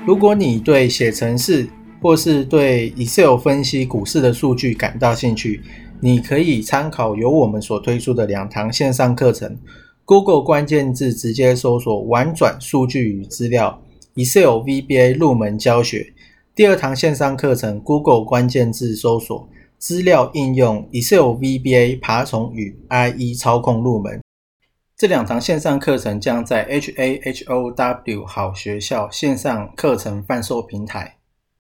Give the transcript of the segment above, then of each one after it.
如果你对写程式或是对 Excel 分析股市的数据感到兴趣，你可以参考由我们所推出的2堂线上课程。Google 关键字直接搜索玩转数据与资料 Excel VBA 入门教学。第2堂线上课程 Google 关键字搜索资料应用 Excel VBA 爬虫与 IE 操控入门。这2堂线上课程将在 HAHOW 好学校线上课程贩售平台。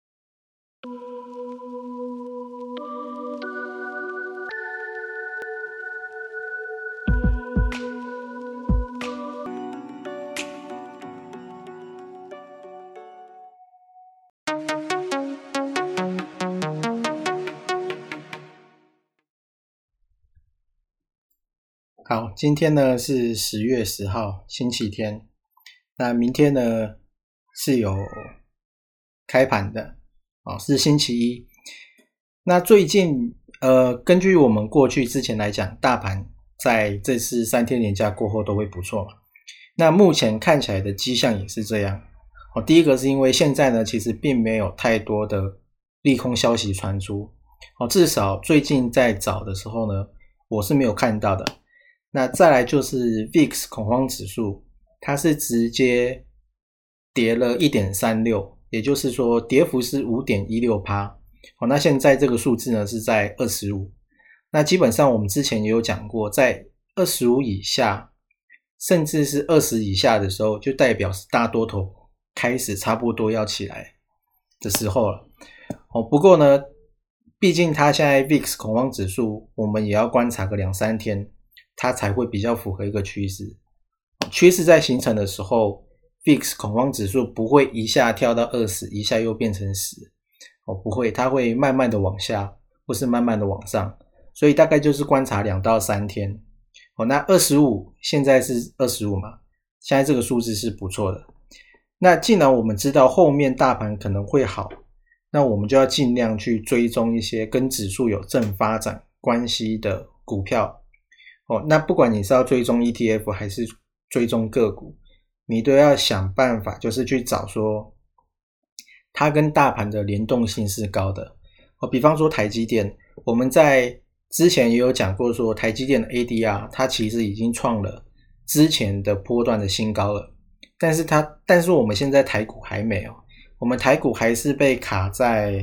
好，今天呢是10月10号星期天，那明天呢是有开盘的，是星期一。那最近根据我们过去之前来讲，大盘在这次3天连假过后都会不错嘛。那目前看起来的迹象也是这样。第一个是因为现在呢其实并没有太多的利空消息传出，至少最近在早的时候呢我是没有看到的。那再来就是 VIX 恐慌指数，它是直接跌了 1.36， 也就是说跌幅是 5.16%。那现在这个数字呢是在25。那基本上我们之前也有讲过，在25以下甚至是20以下的时候，就代表是大多头开始差不多要起来的时候了。不过呢毕竟它现在 VIX 恐慌指数我们也要观察个2-3天，它才会比较符合一个趋势。趋势在形成的时候， VIX 恐慌指数不会一下跳到20，一下又变成10，不会，它会慢慢的往下或是慢慢的往上，所以大概就是观察2到3天。那25现在是25嘛，现在这个数字是不错的。那既然我们知道后面大盘可能会好，那我们就要尽量去追踪一些跟指数有正发展关系的股票。那不管你是要追踪 ETF 还是追踪个股，你都要想办法就是去找说它跟大盘的联动性是高的。比方说台积电，我们在之前也有讲过说台积电的 ADR 它其实已经创了之前的波段的新高了，但是我们现在台股还没有，我们台股还是被卡在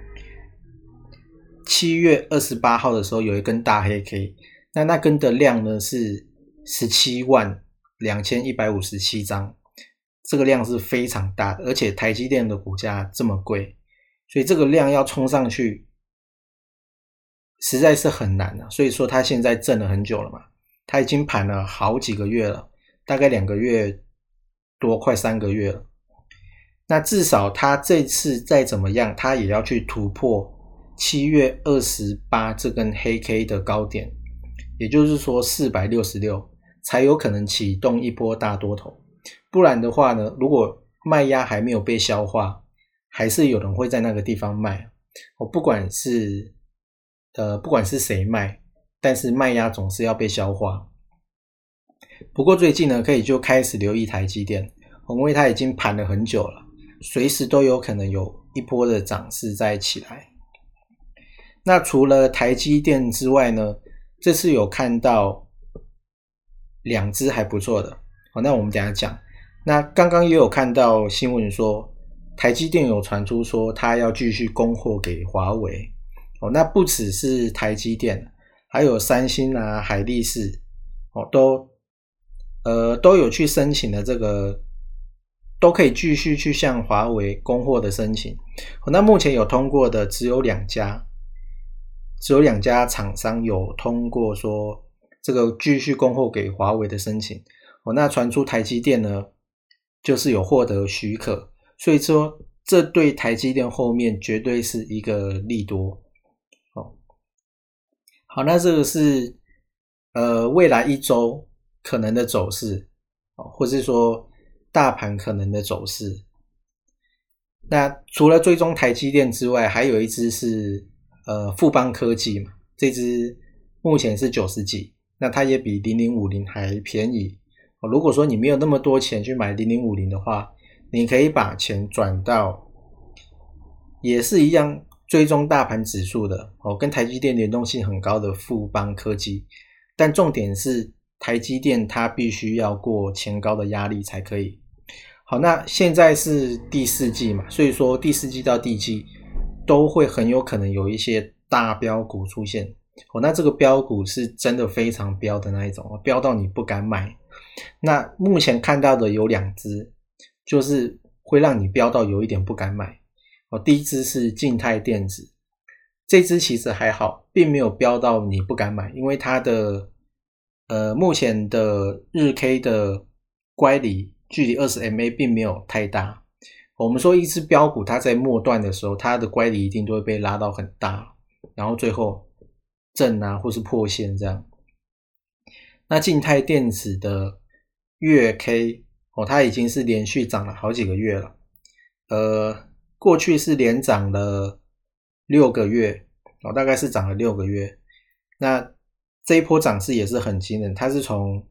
7月28号的时候有一根大黑 K，那根的量呢是172157张，这个量是非常大的，而且台积电的股价这么贵，所以这个量要冲上去实在是很难所以说它现在震了很久了嘛，它已经盘了好几个月了，大概2个月多，快3个月了。那至少它这次再怎么样，它也要去突破7月28这根黑 K 的高点，也就是说466才有可能启动一波大多头。不然的话呢，如果卖压还没有被消化，还是有人会在那个地方卖。不管是谁卖，但是卖压总是要被消化。不过最近呢可以就开始留意台积电，因为它已经盘了很久了，随时都有可能有一波的涨势再起来。那除了台积电之外呢，这次有看到2只还不错的，那我们等一下讲。那刚刚也有看到新闻说台积电有传出说它要继续供货给华为，那不只是台积电，还有三星啊、海力士都有去申请的，这个都可以继续去向华为供货的申请。那目前有通过的只有2家厂商有通过说这个继续供货给华为的申请。那传出台积电呢就是有获得许可，所以说这对台积电后面绝对是一个利多。好，那这个是未来1周可能的走势，或是说大盘可能的走势。那除了追踪台积电之外，还有一只是富邦科技嘛，这只目前是90几，那它也比0050还便宜。如果说你没有那么多钱去买0050的话， 你可以把钱转到也是一样追踪大盘指数的跟台积电联动性很高的富邦科技，但重点是台积电它必须要过前高的压力才可以。好，那现在是第四季嘛，所以说第四季到第季都会很有可能有一些大标股出现。那这个标股是真的非常标的那一种，标到你不敢买。那目前看到的有2只，就是会让你标到有一点不敢买。第一只是静态电子，这只其实还好，并没有标到你不敢买，因为它的目前的日 K 的乖离距离 20MA 并没有太大。我们说一只标股它在末段的时候，它的乖离一定都会被拉到很大，然后最后正啊或是破线这样。那静态电子的月 K 它已经是连续涨了好几个月了，过去是连涨了6个月大概是涨了6个月。那这一波涨势也是很惊人，它是从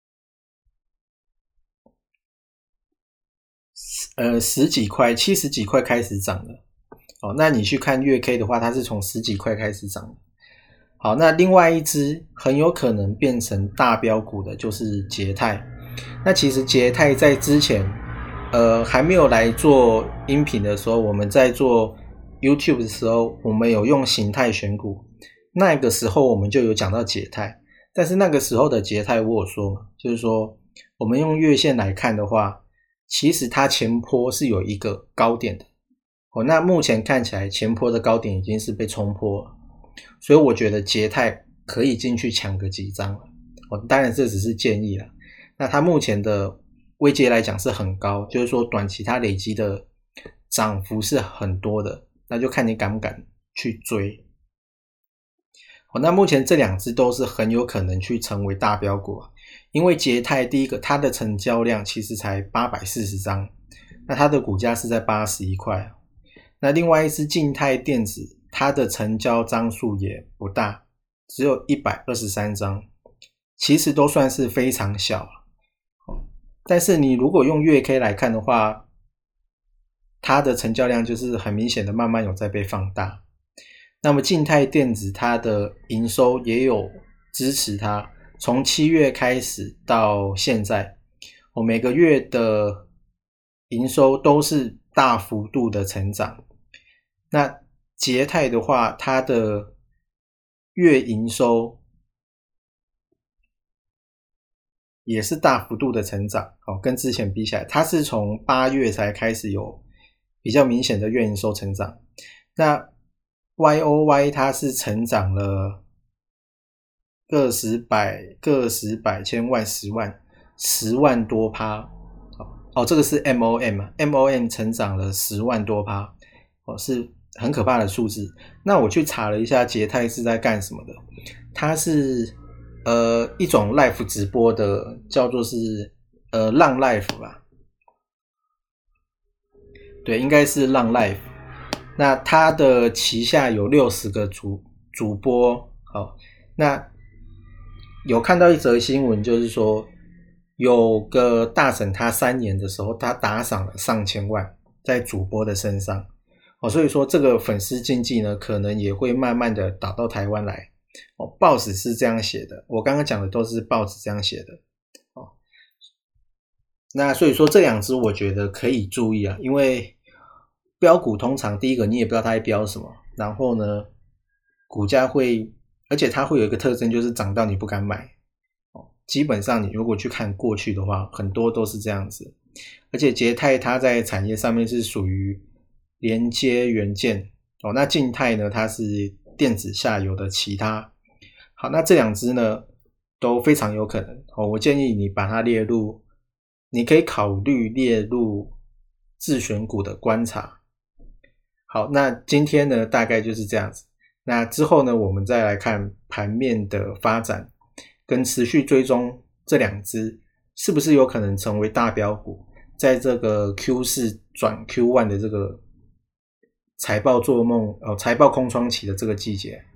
10几块70几块开始涨的那你去看月 K 的话，它是从10几块开始涨的。好，那另外一只很有可能变成大标股的就是捷泰。那其实捷泰在之前还没有来做音频的时候，我们在做 YouTube 的时候，我们有用形态选股，那个时候我们就有讲到捷泰。但是那个时候的捷泰我有说嘛，就是说我们用月线来看的话，其实它前波是有一个高点的那目前看起来前波的高点已经是被冲破了，所以我觉得捷泰可以进去抢个几张了当然这只是建议啦。那它目前的位阶来讲是很高，就是说短期它累积的涨幅是很多的，那就看你敢不敢去追那目前这2只都是很有可能去成为大标股因为捷泰第一个它的成交量其实才840张，那它的股价是在81块那另外一只静态电子，它的成交张数也不大，只有123张，其实都算是非常小但是你如果用月 K 来看的话，它的成交量就是很明显的慢慢有在被放大。那么静态电子它的营收也有支持它，从7月开始到现在每个月的营收都是大幅度的成长。那捷泰的话，它的月营收也是大幅度的成长跟之前比起来，它是从8月才开始有比较明显的月营收成长。那 YOY 它是成长了个十百千万10万多%这个是 MOM 成长了10万多%是很可怕的数字。那我去查了一下捷泰是在干什么的，它是一种 live 直播的，叫做是浪 live 吧，对，应该是浪 live。那它的旗下有60个主播那有看到一则新闻，就是说有个大神他3年的时候，他打赏了上千万在主播的身上所以说这个粉丝经济呢，可能也会慢慢的打到台湾来报纸是这样写的，我刚刚讲的都是报纸这样写的那所以说这2只我觉得可以注意因为标股通常第一个你也不知道它在标什么，然后呢股价会，而且它会有一个特征，就是涨到你不敢买基本上你如果去看过去的话，很多都是这样子。而且捷泰它在产业上面是属于连接元件那静态呢，它是电子下游的其他。好，那这2只呢都非常有可能我建议你把它列入，你可以考虑列入自选股的观察。好，那今天呢大概就是这样子。那之后呢，我们再来看盘面的发展，跟持续追踪这2只是不是有可能成为大标股，在这个 Q4 转 Q1 的这个财报做梦财报空窗期的这个季节。